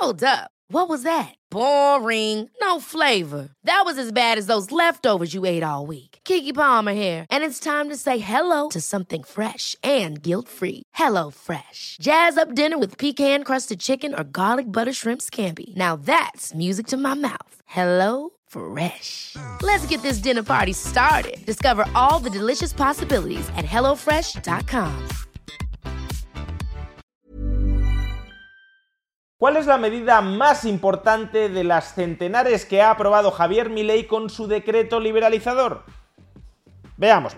Hold up. What was that? Boring. No flavor. That was as bad as those leftovers you ate all week. Keke Palmer here, and it's time to say hello to something fresh and guilt-free. Hello Fresh. Jazz up dinner with pecan-crusted chicken or garlic butter shrimp scampi. Now that's music to my mouth. Hello Fresh. Let's get this dinner party started. Discover all the delicious possibilities at hellofresh.com. ¿Cuál es la medida más importante de las centenares que ha aprobado Javier Milei con su decreto liberalizador? Veámoslo.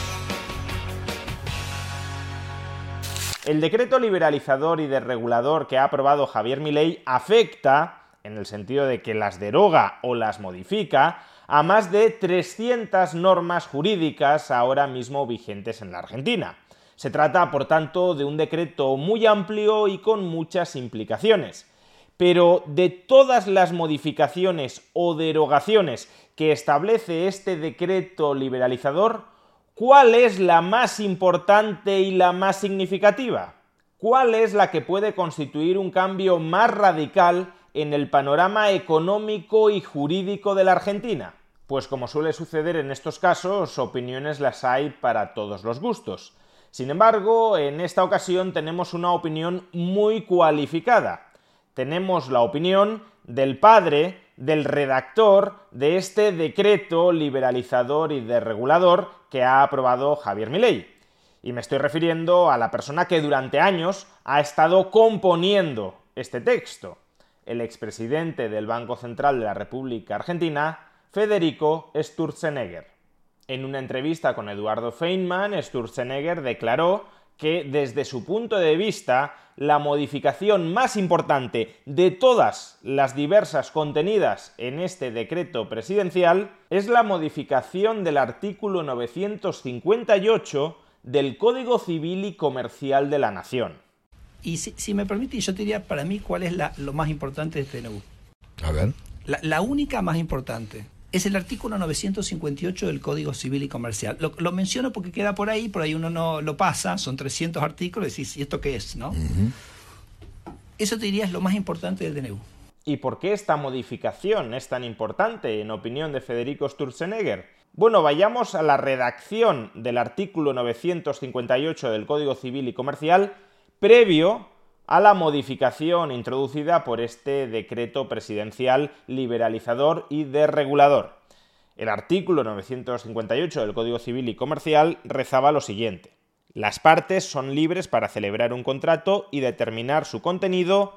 El decreto liberalizador y desregulador que ha aprobado Javier Milei afecta, en el sentido de que las deroga o las modifica, a más de 300 normas jurídicas ahora mismo vigentes en la Argentina. Se trata, por tanto, de un decreto muy amplio y con muchas implicaciones. Pero de todas las modificaciones o derogaciones que establece este decreto liberalizador, ¿cuál es la más importante y la más significativa? ¿Cuál es la que puede constituir un cambio más radical en el panorama económico y jurídico de la Argentina? Pues como suele suceder en estos casos, opiniones las hay para todos los gustos. Sin embargo, en esta ocasión tenemos una opinión muy cualificada. Tenemos la opinión del padre, del redactor de este decreto liberalizador y desregulador que ha aprobado Javier Milei. Y me estoy refiriendo a la persona que durante años ha estado componiendo este texto, el expresidente del Banco Central de la República Argentina, Federico Sturzenegger. En una entrevista con Eduardo Feynman, Sturzenegger declaró que, desde su punto de vista, la modificación más importante de todas las diversas contenidas en este decreto presidencial es la modificación del artículo 958 del Código Civil y Comercial de la Nación. Y si me permite, yo te diría para mí cuál es lo más importante de este DNU. A ver. La única más importante es el artículo 958 del Código Civil y Comercial. Lo menciono porque queda por ahí uno no lo pasa, son 300 artículos, y decís, ¿y esto qué es? ¿No? Uh-huh. Eso te diría es lo más importante del DNU. ¿Y por qué esta modificación es tan importante, en opinión de Federico Sturzenegger? Bueno, vayamos a la redacción del artículo 958 del Código Civil y Comercial previo a la modificación introducida por este decreto presidencial liberalizador y desregulador. El artículo 958 del Código Civil y Comercial rezaba lo siguiente: las partes son libres para celebrar un contrato y determinar su contenido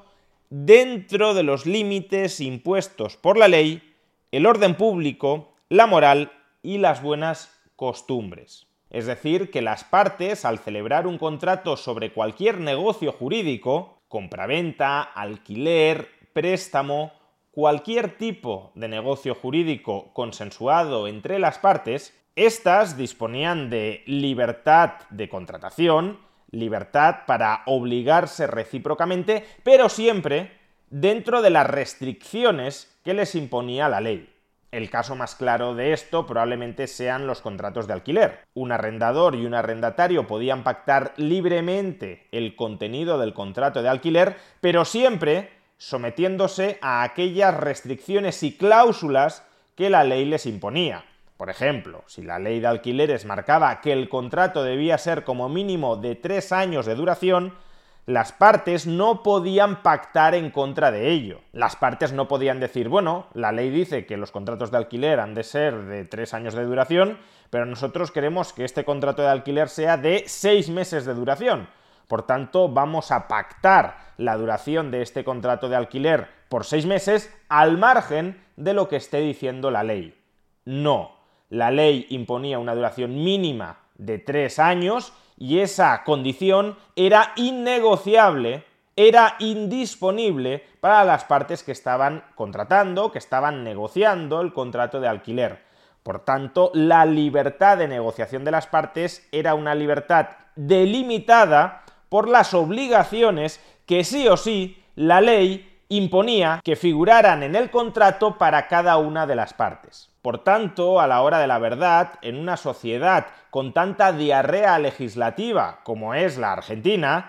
dentro de los límites impuestos por la ley, el orden público, la moral y las buenas costumbres. Es decir, que las partes, al celebrar un contrato sobre cualquier negocio jurídico, compraventa, alquiler, préstamo, cualquier tipo de negocio jurídico consensuado entre las partes, éstas disponían de libertad de contratación, libertad para obligarse recíprocamente, pero siempre dentro de las restricciones que les imponía la ley. El caso más claro de esto probablemente sean los contratos de alquiler. Un arrendador y un arrendatario podían pactar libremente el contenido del contrato de alquiler, pero siempre sometiéndose a aquellas restricciones y cláusulas que la ley les imponía. Por ejemplo, si la ley de alquileres marcaba que el contrato debía ser como mínimo de 3 años de duración, las partes no podían pactar en contra de ello. Las partes no podían decir, bueno, la ley dice que los contratos de alquiler han de ser de 3 años de duración, pero nosotros queremos que este contrato de alquiler sea de 6 meses de duración. Por tanto, vamos a pactar la duración de este contrato de alquiler por 6 meses al margen de lo que esté diciendo la ley. No, la ley imponía una duración mínima de 3 años y esa condición era innegociable, era indisponible para las partes que estaban contratando, que estaban negociando el contrato de alquiler. Por tanto, la libertad de negociación de las partes era una libertad delimitada por las obligaciones que sí o sí la ley imponía que figuraran en el contrato para cada una de las partes. Por tanto, a la hora de la verdad, en una sociedad con tanta diarrea legislativa como es la Argentina,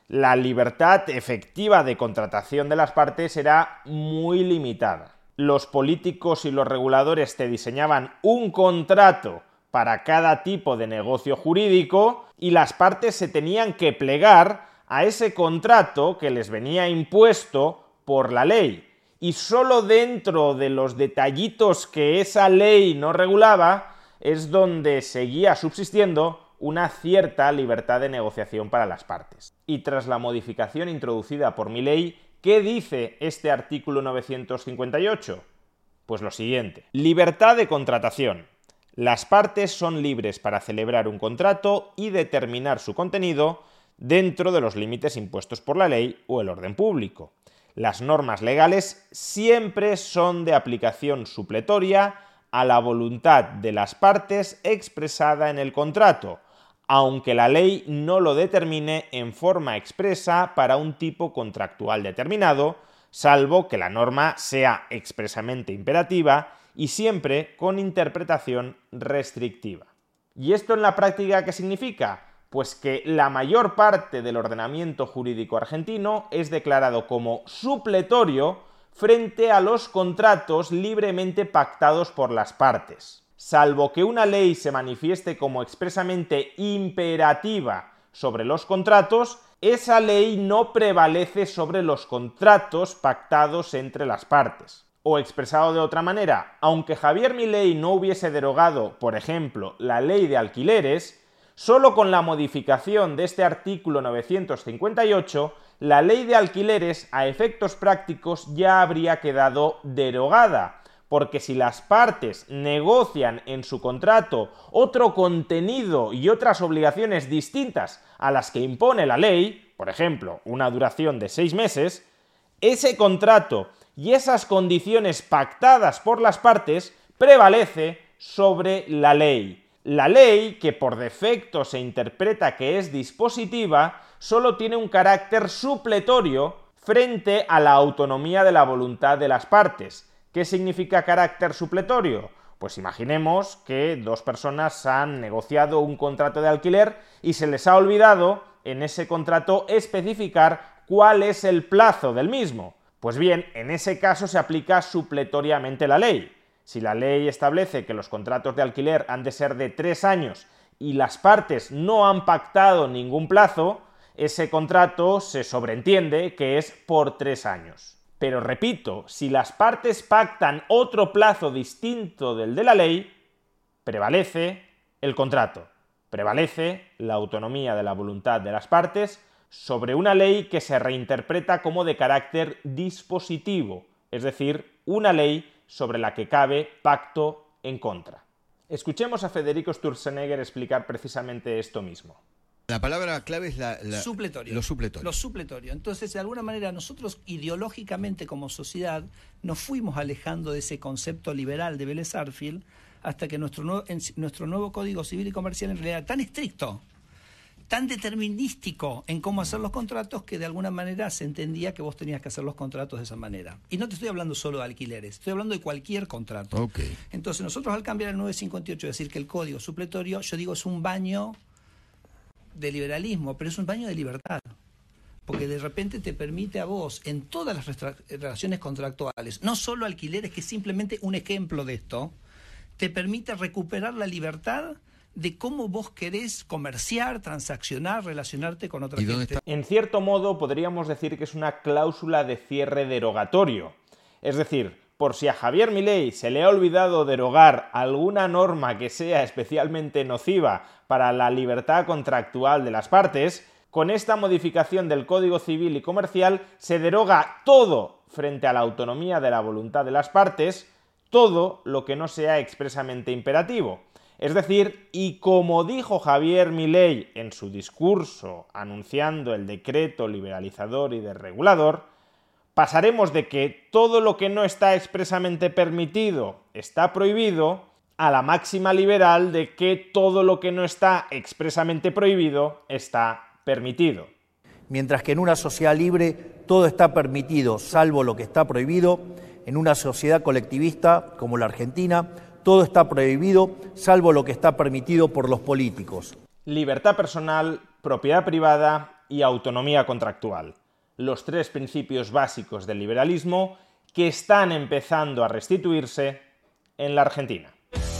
la libertad efectiva de contratación de las partes era muy limitada. Los políticos y los reguladores te diseñaban un contrato para cada tipo de negocio jurídico y las partes se tenían que plegar a ese contrato que les venía impuesto por la ley. Y solo dentro de los detallitos que esa ley no regulaba es donde seguía subsistiendo una cierta libertad de negociación para las partes. Y tras la modificación introducida por mi ley, ¿qué dice este artículo 958? Pues lo siguiente: libertad de contratación. Las partes son libres para celebrar un contrato y determinar su contenido dentro de los límites impuestos por la ley o el orden público. Las normas legales siempre son de aplicación supletoria a la voluntad de las partes expresada en el contrato, aunque la ley no lo determine en forma expresa para un tipo contractual determinado, salvo que la norma sea expresamente imperativa y siempre con interpretación restrictiva. ¿Y esto en la práctica qué significa? Pues que la mayor parte del ordenamiento jurídico argentino es declarado como supletorio frente a los contratos libremente pactados por las partes. Salvo que una ley se manifieste como expresamente imperativa sobre los contratos, esa ley no prevalece sobre los contratos pactados entre las partes. O expresado de otra manera, aunque Javier Milei no hubiese derogado, por ejemplo, la ley de alquileres, solo con la modificación de este artículo 958, la ley de alquileres a efectos prácticos ya habría quedado derogada, porque si las partes negocian en su contrato otro contenido y otras obligaciones distintas a las que impone la ley, por ejemplo, una duración de 6 meses, ese contrato y esas condiciones pactadas por las partes prevalece sobre la ley. La ley, que por defecto se interpreta que es dispositiva, solo tiene un carácter supletorio frente a la autonomía de la voluntad de las partes. ¿Qué significa carácter supletorio? Pues imaginemos que dos personas han negociado un contrato de alquiler y se les ha olvidado en ese contrato especificar cuál es el plazo del mismo. Pues bien, en ese caso se aplica supletoriamente la ley. Si la ley establece que los contratos de alquiler han de ser de 3 años y las partes no han pactado ningún plazo, ese contrato se sobreentiende que es por 3 años. Pero repito, si las partes pactan otro plazo distinto del de la ley, prevalece el contrato, prevalece la autonomía de la voluntad de las partes sobre una ley que se reinterpreta como de carácter dispositivo, es decir, una ley sobre la que cabe pacto en contra. Escuchemos a Federico Sturzenegger explicar precisamente esto mismo. La palabra clave es supletorio. Lo supletorio. Lo supletorio. Entonces, de alguna manera, nosotros ideológicamente como sociedad nos fuimos alejando de ese concepto liberal de Vélez Sarsfield hasta que nuestro nuevo Código Civil y Comercial en realidad era tan estricto, tan determinístico en cómo hacer los contratos, que de alguna manera se entendía que vos tenías que hacer los contratos de esa manera. Y no te estoy hablando solo de alquileres, estoy hablando de cualquier contrato. Okay. Entonces nosotros al cambiar el 958 y decir que el código supletorio, yo digo es un baño de liberalismo, pero es un baño de libertad. Porque de repente te permite a vos, en todas las relaciones contractuales, no solo alquileres, que es simplemente un ejemplo de esto, te permite recuperar la libertad de cómo vos querés comerciar, transaccionar, relacionarte con otra gente. En cierto modo podríamos decir que es una cláusula de cierre derogatorio. Es decir, por si a Javier Milei se le ha olvidado derogar alguna norma que sea especialmente nociva para la libertad contractual de las partes, con esta modificación del Código Civil y Comercial se deroga todo frente a la autonomía de la voluntad de las partes, todo lo que no sea expresamente imperativo. Es decir, y como dijo Javier Milei en su discurso anunciando el decreto liberalizador y desregulador, pasaremos de que todo lo que no está expresamente permitido está prohibido a la máxima liberal de que todo lo que no está expresamente prohibido está permitido. Mientras que en una sociedad libre todo está permitido, salvo lo que está prohibido, en una sociedad colectivista como la Argentina, todo está prohibido, salvo lo que está permitido por los políticos. Libertad personal, propiedad privada y autonomía contractual, los tres principios básicos del liberalismo que están empezando a restituirse en la Argentina.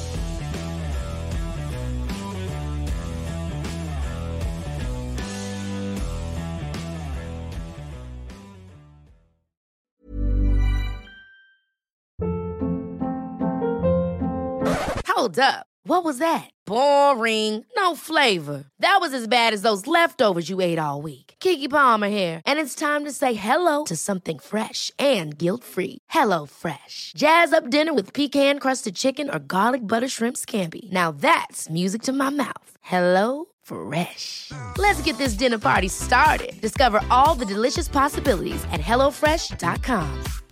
Hold up. What was that? Boring. No flavor. That was as bad as those leftovers you ate all week. Keke Palmer here, and it's time to say hello to something fresh and guilt-free. Hello Fresh. Jazz up dinner with pecan-crusted chicken or garlic butter shrimp scampi. Now that's music to my mouth. Hello Fresh. Let's get this dinner party started. Discover all the delicious possibilities at HelloFresh.com.